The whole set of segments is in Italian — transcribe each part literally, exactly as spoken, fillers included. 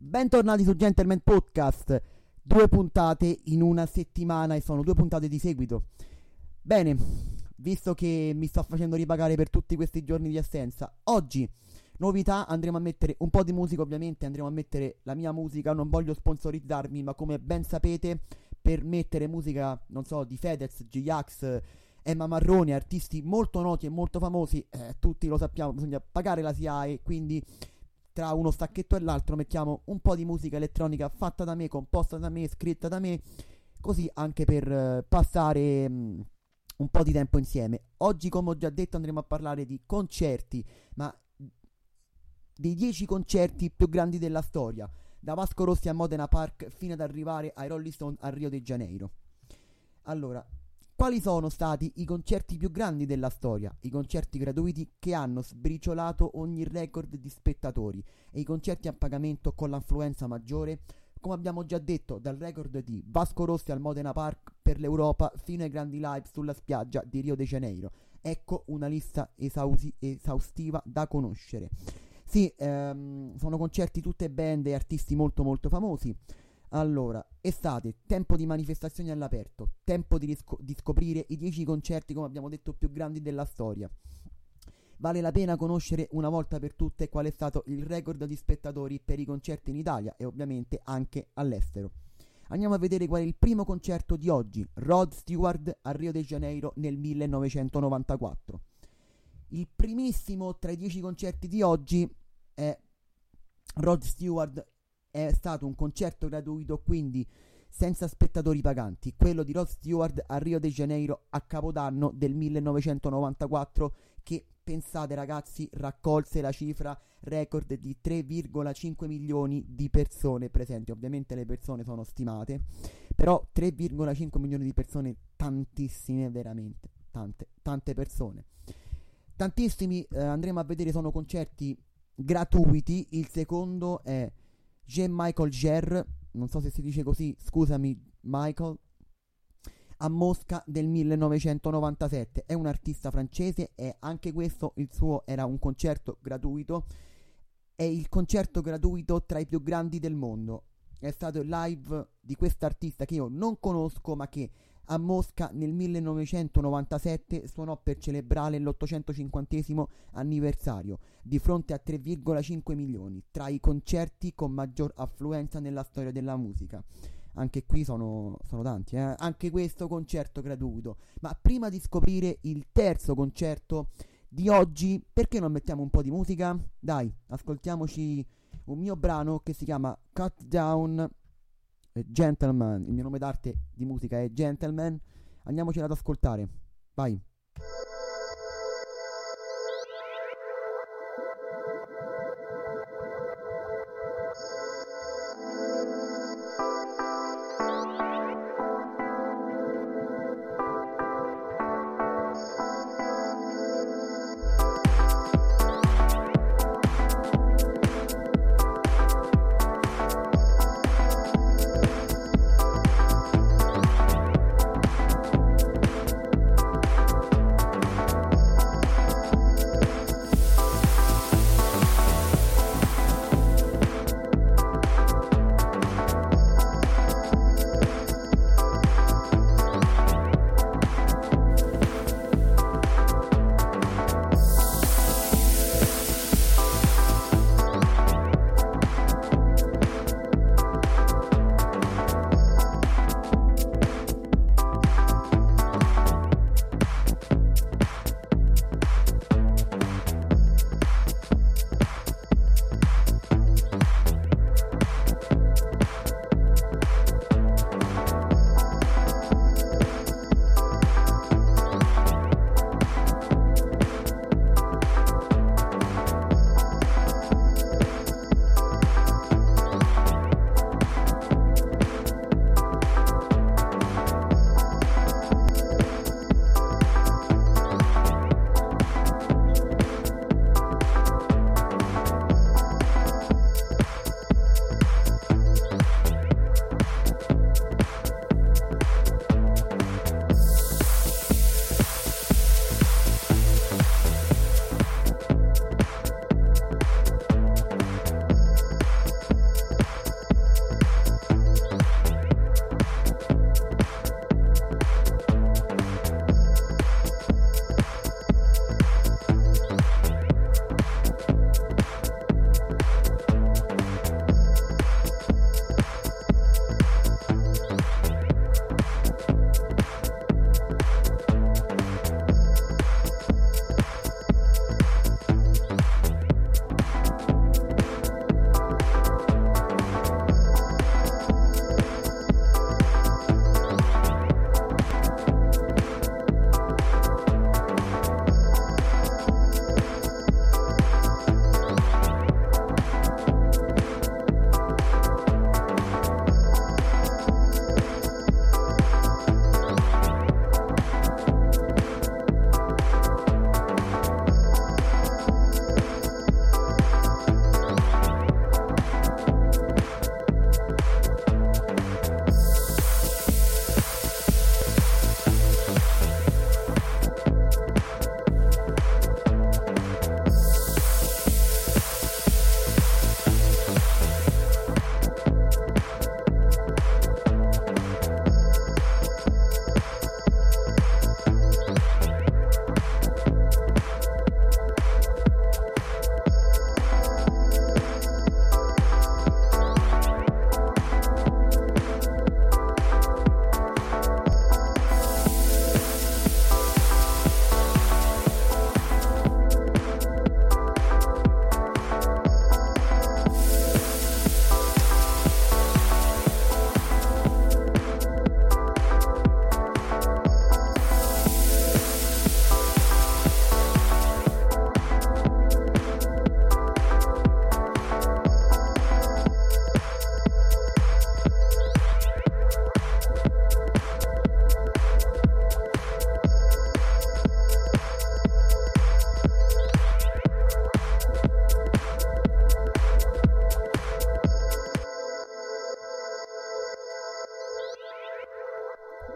Bentornati su Gentleman Podcast, due puntate in una settimana e sono due puntate di seguito. Bene, visto che mi sto facendo ripagare per tutti questi giorni di assenza, oggi novità, andremo a mettere un po' di musica, ovviamente andremo a mettere la mia musica, non voglio sponsorizzarmi, ma come ben sapete per mettere musica, non so, di Fedez, G-Ax, Emma Marrone, artisti molto noti e molto famosi, eh, tutti lo sappiamo, bisogna pagare la S I A E, quindi tra uno stacchetto e l'altro mettiamo un po' di musica elettronica fatta da me, composta da me, scritta da me, così anche per eh, passare mh, un po' di tempo insieme. Oggi, come ho già detto, andremo a parlare di concerti, ma dei dieci concerti più grandi della storia, da Vasco Rossi a Modena Park fino ad arrivare ai Rolling Stone a Rio de Janeiro. Allora, quali sono stati i concerti più grandi della storia? I concerti gratuiti che hanno sbriciolato ogni record di spettatori e i concerti a pagamento con l'affluenza maggiore, come abbiamo già detto, dal record di Vasco Rossi al Modena Park per l'Europa fino ai grandi live sulla spiaggia di Rio de Janeiro. Ecco una lista esausi- esaustiva da conoscere. Sì, ehm, sono concerti tutte band e artisti molto molto famosi. Allora, estate, tempo di manifestazioni all'aperto, tempo di, risco- di scoprire i dieci concerti, come abbiamo detto, più grandi della storia. Vale la pena conoscere una volta per tutte qual è stato il record di spettatori per i concerti in Italia e ovviamente anche all'estero. Andiamo a vedere qual è il primo concerto di oggi, Rod Stewart a Rio de Janeiro nel millenovecentonovantaquattro. Il primissimo tra i dieci concerti di oggi è Rod Stewart. È stato un concerto gratuito, quindi senza spettatori paganti, quello di Rod Stewart a Rio de Janeiro a Capodanno del millenovecentonovantaquattro, che, pensate ragazzi, raccolse la cifra record di tre virgola cinque milioni di persone presenti. Ovviamente le persone sono stimate, però tre virgola cinque milioni di persone, tantissime, veramente tante, tante persone, tantissimi. eh, andremo a vedere, sono concerti gratuiti. Il secondo è Jean-Michel Jarre, non so se si dice così, scusami Michael, a Mosca del millenovecentonovantasette. È un artista francese e anche questo, il suo, era un concerto gratuito. È il concerto gratuito tra i più grandi del mondo. È stato il live di quest'artista che io non conosco, ma che a Mosca nel millenovecentonovantasette suonò per celebrare l'ottocentocinquantesimo anniversario di fronte a tre virgola cinque milioni, tra i concerti con maggior affluenza nella storia della musica. Anche qui sono, sono tanti, eh? Anche questo concerto gratuito. Ma prima di scoprire il terzo concerto di oggi, perché non mettiamo un po' di musica? Dai, ascoltiamoci un mio brano che si chiama Cut Down Gentleman. Il mio nome d'arte di musica è Gentleman. Andiamocela ad ascoltare. Vai.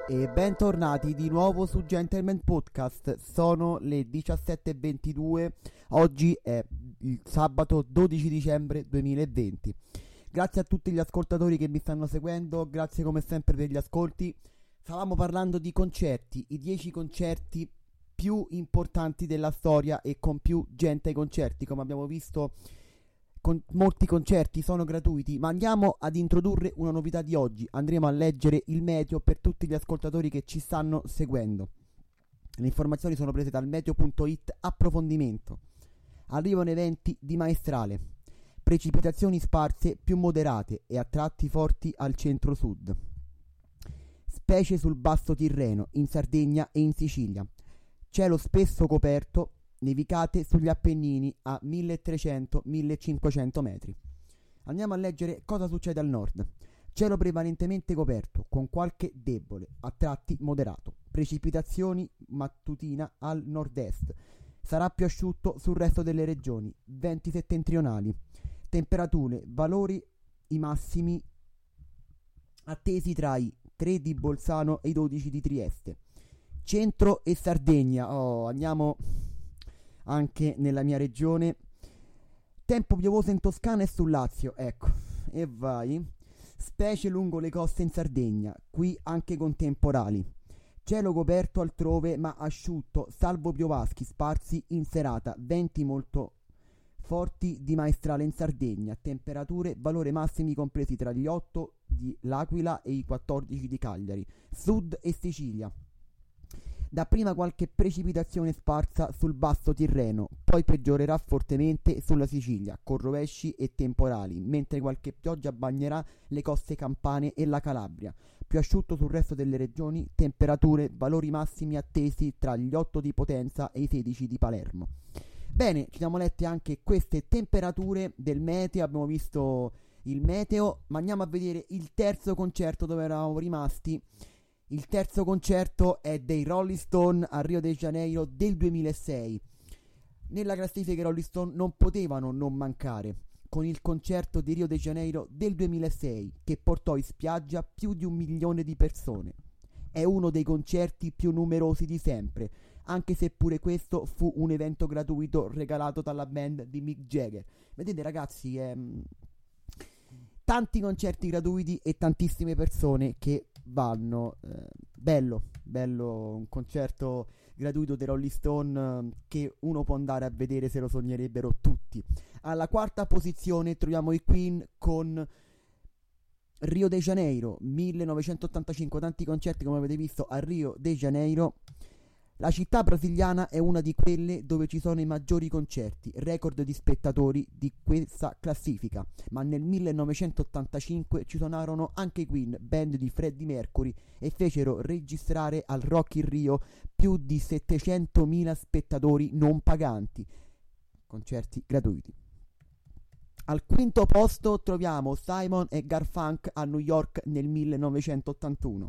E bentornati di nuovo su Gentleman Podcast. Sono le diciassette e ventidue. Oggi è il sabato dodici dicembre duemilaventi. Grazie a tutti gli ascoltatori che mi stanno seguendo, grazie come sempre per gli ascolti. Stavamo parlando di concerti, i dieci concerti più importanti della storia e con più gente ai concerti. Come abbiamo visto, con molti concerti sono gratuiti, ma andiamo ad introdurre una novità di oggi. Andremo a leggere il meteo per tutti gli ascoltatori che ci stanno seguendo. Le informazioni sono prese dal meteo punto it. Approfondimento: arrivano eventi di maestrale, precipitazioni sparse più moderate e a tratti forti al centro-sud, specie sul basso Tirreno, in Sardegna e in Sicilia, cielo spesso coperto, nevicate sugli Appennini a milletrecento millecinquecento metri. Andiamo a leggere cosa succede al nord. Cielo prevalentemente coperto, con qualche debole, a tratti moderato, precipitazioni mattutina al nord-est. Sarà più asciutto sul resto delle regioni, venti settentrionali. Temperature, valori i massimi attesi tra i tre di Bolzano e i dodici di Trieste. Centro e Sardegna. Oh, andiamo anche nella mia regione. Tempo piovoso in Toscana e sul Lazio, ecco, e vai. Specie lungo le coste in Sardegna, qui anche con temporali. Cielo coperto altrove ma asciutto, salvo piovaschi sparsi in serata, venti molto forti di maestrale in Sardegna, temperature, valori massimi compresi tra gli otto di L'Aquila e i quattordici di Cagliari. Sud e Sicilia. Dapprima qualche precipitazione sparsa sul basso Tirreno, poi peggiorerà fortemente sulla Sicilia, con rovesci e temporali, mentre qualche pioggia bagnerà le coste campane e la Calabria. Più asciutto sul resto delle regioni, temperature, valori massimi attesi tra gli otto di Potenza e i sedici di Palermo. Bene, ci siamo letti anche queste temperature del meteo, abbiamo visto il meteo, ma andiamo a vedere il terzo concerto dove eravamo rimasti. Il terzo concerto è dei Rolling Stone a Rio de Janeiro del duemilasei. Nella classifica i Rolling Stone non potevano non mancare, con il concerto di Rio de Janeiro del duemilasei che portò in spiaggia più di un milione di persone. È uno dei concerti più numerosi di sempre, anche se pure questo fu un evento gratuito regalato dalla band di Mick Jagger. Vedete ragazzi, è... tanti concerti gratuiti e tantissime persone che vanno. eh, bello, bello un concerto gratuito dei Rolling Stone eh, che uno può andare a vedere se lo sognerebbero tutti. Alla quarta posizione troviamo i Queen con Rio de Janeiro millenovecentottantacinque, tanti concerti come avete visto a Rio de Janeiro. La città brasiliana è una di quelle dove ci sono i maggiori concerti, record di spettatori di questa classifica, ma nel millenovecentottantacinque ci suonarono anche i Queen, band di Freddie Mercury, e fecero registrare al Rock in Rio più di settecentomila spettatori non paganti, concerti gratuiti. Al quinto posto troviamo Simon e Garfunkel a New York nel millenovecentottantuno.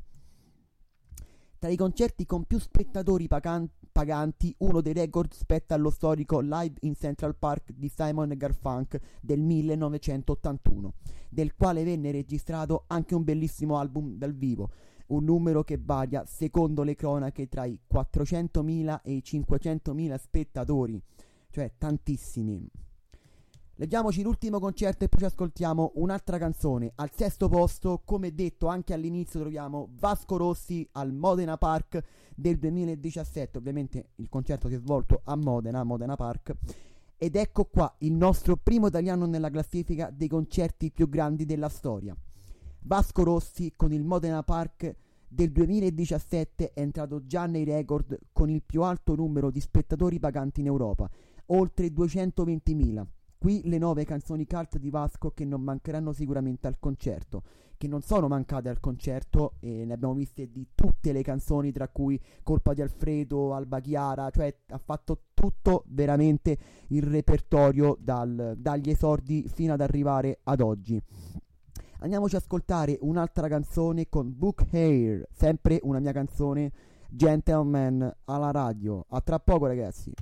Tra i concerti con più spettatori pagan- paganti, uno dei record spetta allo storico Live in Central Park di Simon e Garfunkel del millenovecentottantuno, del quale venne registrato anche un bellissimo album dal vivo, un numero che varia secondo le cronache tra i quattrocentomila e i cinquecentomila spettatori, cioè tantissimi. Leggiamoci l'ultimo concerto e poi ci ascoltiamo un'altra canzone. Al sesto posto, come detto anche all'inizio, troviamo Vasco Rossi al Modena Park del duemiladiciassette. Ovviamente il concerto si è svolto a Modena, Modena Park. Ed ecco qua il nostro primo italiano nella classifica dei concerti più grandi della storia. Vasco Rossi con il Modena Park del duemiladiciassette è entrato già nei record con il più alto numero di spettatori paganti in Europa, oltre duecentoventimila. Qui le nove canzoni cult di Vasco che non mancheranno sicuramente al concerto, che non sono mancate al concerto, e ne abbiamo viste di tutte le canzoni, tra cui Colpa di Alfredo, Alba Chiara, cioè ha fatto tutto veramente il repertorio dal, dagli esordi fino ad arrivare ad oggi. Andiamoci ad ascoltare un'altra canzone con Book Hair, sempre una mia canzone, Gentleman alla radio. A tra poco ragazzi.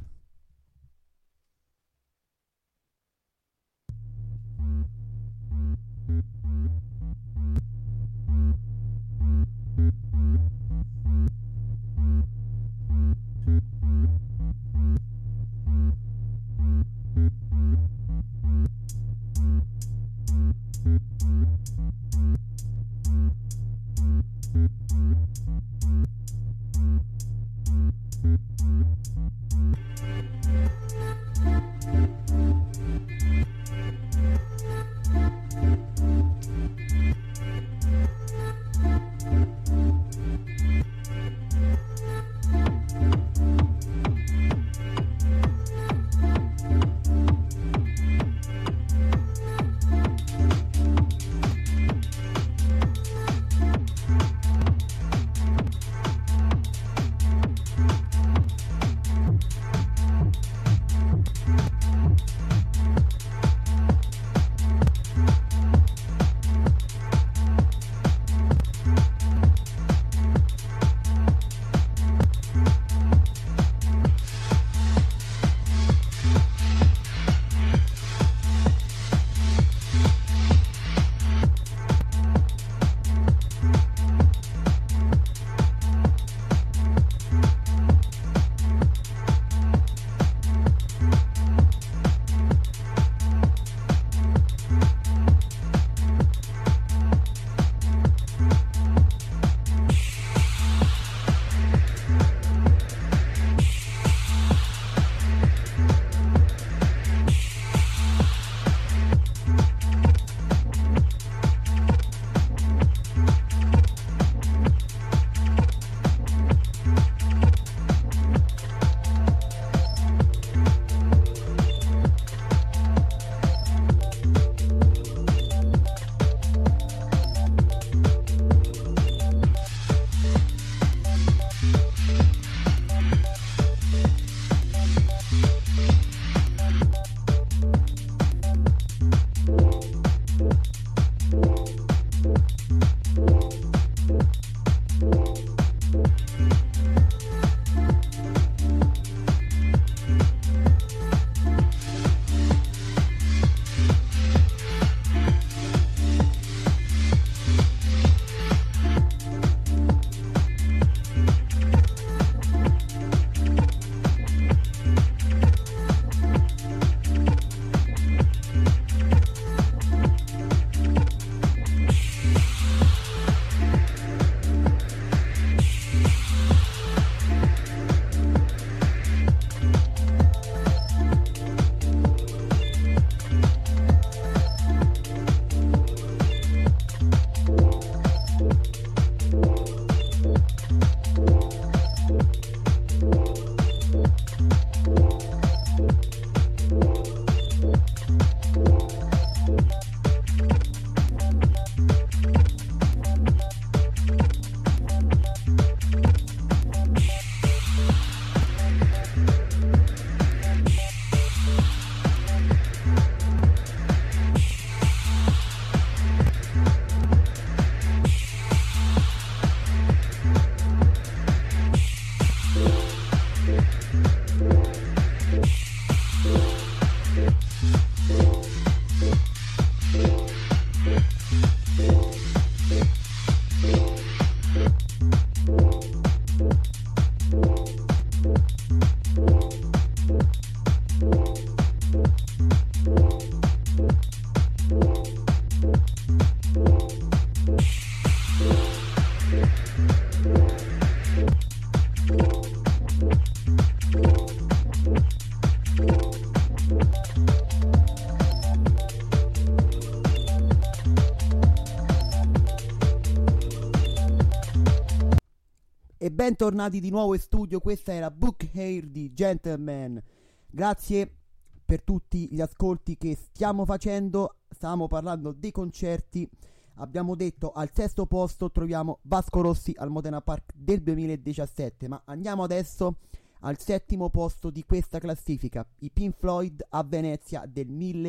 E bentornati di nuovo in studio. Questa era Book Hair di Gentleman. Grazie per tutti gli ascolti che stiamo facendo. Stavamo parlando dei concerti. Abbiamo detto al sesto posto troviamo Vasco Rossi al Modena Park del duemiladiciassette, ma andiamo adesso al settimo posto di questa classifica, i Pink Floyd a Venezia del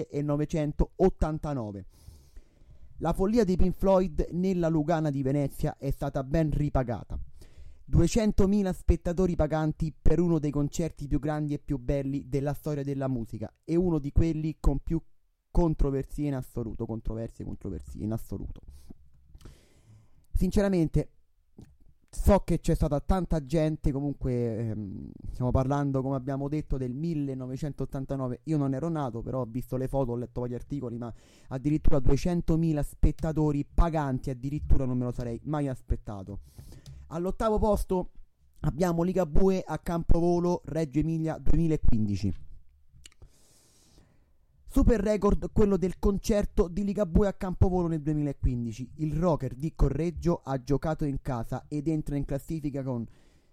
millenovecentottantanove. La follia dei Pink Floyd nella Lugana di Venezia è stata ben ripagata. duecentomila spettatori paganti per uno dei concerti più grandi e più belli della storia della musica e uno di quelli con più controversie in assoluto, controversie, controversie in assoluto. Sinceramente so che c'è stata tanta gente, comunque ehm, stiamo parlando, come abbiamo detto, del millenovecentottantanove. Io non ero nato, però ho visto le foto, ho letto vari articoli, ma addirittura duecentomila spettatori paganti, addirittura non me lo sarei mai aspettato. All'ottavo posto abbiamo Ligabue a Campovolo, Reggio Emilia duemilaquindici. Super record quello del concerto di Ligabue a Campovolo nel duemilaquindici. Il rocker di Correggio ha giocato in casa ed entra in classifica con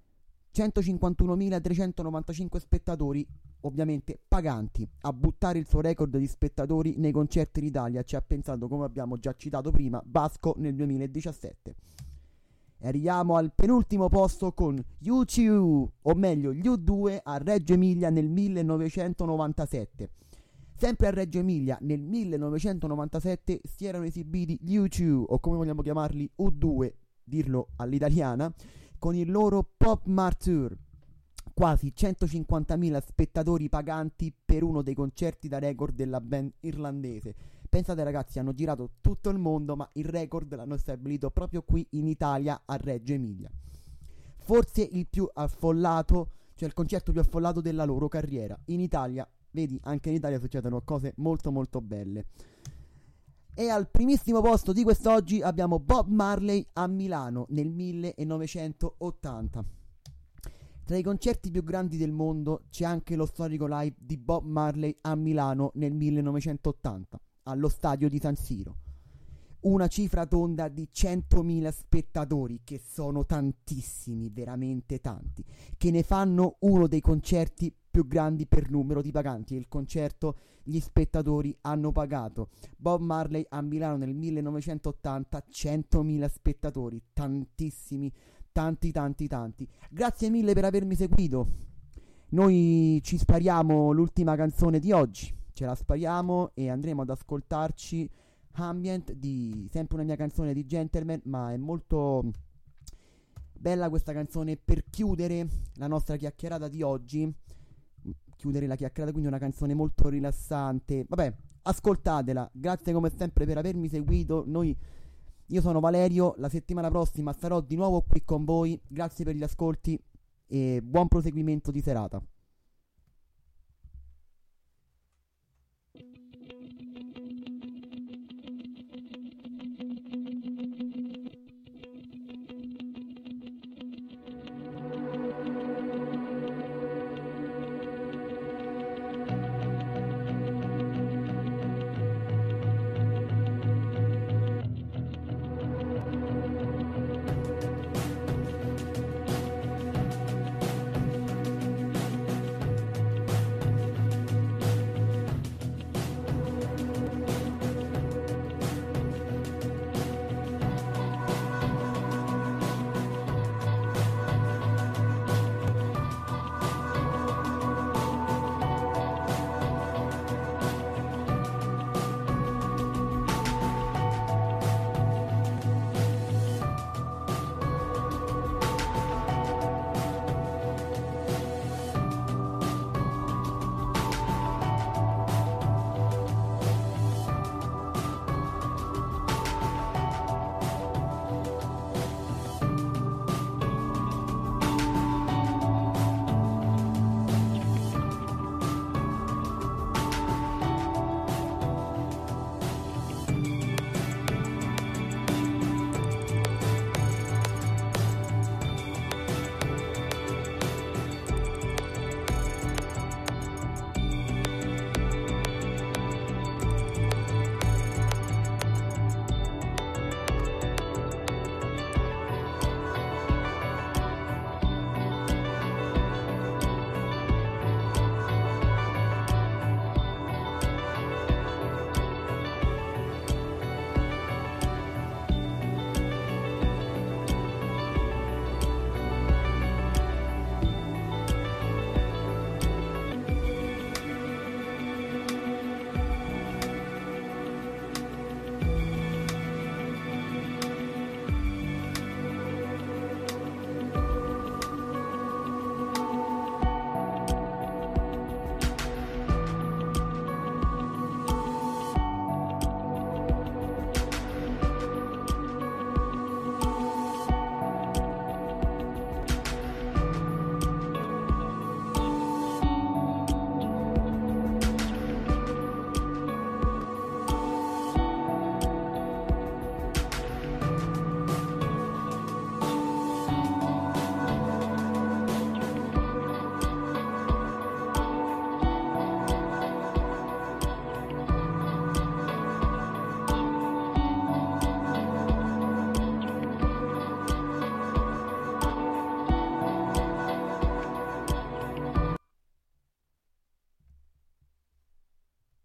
centocinquantunomilatrecentonovantacinque spettatori, ovviamente paganti. A buttare il suo record di spettatori nei concerti d'Italia ci ha pensato, come abbiamo già citato prima, Basco nel duemiladiciassette. E arriviamo al penultimo posto con U due, o meglio gli U due a Reggio Emilia nel millenovecentonovantasette. Sempre a Reggio Emilia nel millenovecentonovantasette si erano esibiti gli U due, o come vogliamo chiamarli U due, dirlo all'italiana, con il loro Pop Mart Tour. Quasi centocinquantamila spettatori paganti per uno dei concerti da record della band irlandese. Pensate ragazzi, hanno girato tutto il mondo, ma il record l'hanno stabilito proprio qui in Italia a Reggio Emilia. Forse il più affollato, cioè il concerto più affollato della loro carriera. In Italia, vedi, anche in Italia succedono cose molto molto belle. E al primissimo posto di quest'oggi abbiamo Bob Marley a Milano nel millenovecentottanta. Tra i concerti più grandi del mondo c'è anche lo storico live di Bob Marley a Milano nel millenovecentottanta, allo stadio di San Siro. Una cifra tonda di centomila spettatori, che sono tantissimi, veramente tanti, che ne fanno uno dei concerti più grandi per numero di paganti. Il concerto gli spettatori hanno pagato. Bob Marley a Milano nel millenovecentottanta, centomila spettatori, tantissimi, tanti tanti tanti. Grazie mille per avermi seguito. Noi ci spariamo l'ultima canzone di oggi, ce la spariamo e andremo ad ascoltarci Ambient, di sempre una mia canzone di Gentleman, ma è molto bella questa canzone per chiudere la nostra chiacchierata di oggi. Chiudere la chiacchierata, quindi una canzone molto rilassante. Vabbè, ascoltatela. Grazie come sempre per avermi seguito. Noi Io sono Valerio, la settimana prossima sarò di nuovo qui con voi. Grazie per gli ascolti e buon proseguimento di serata.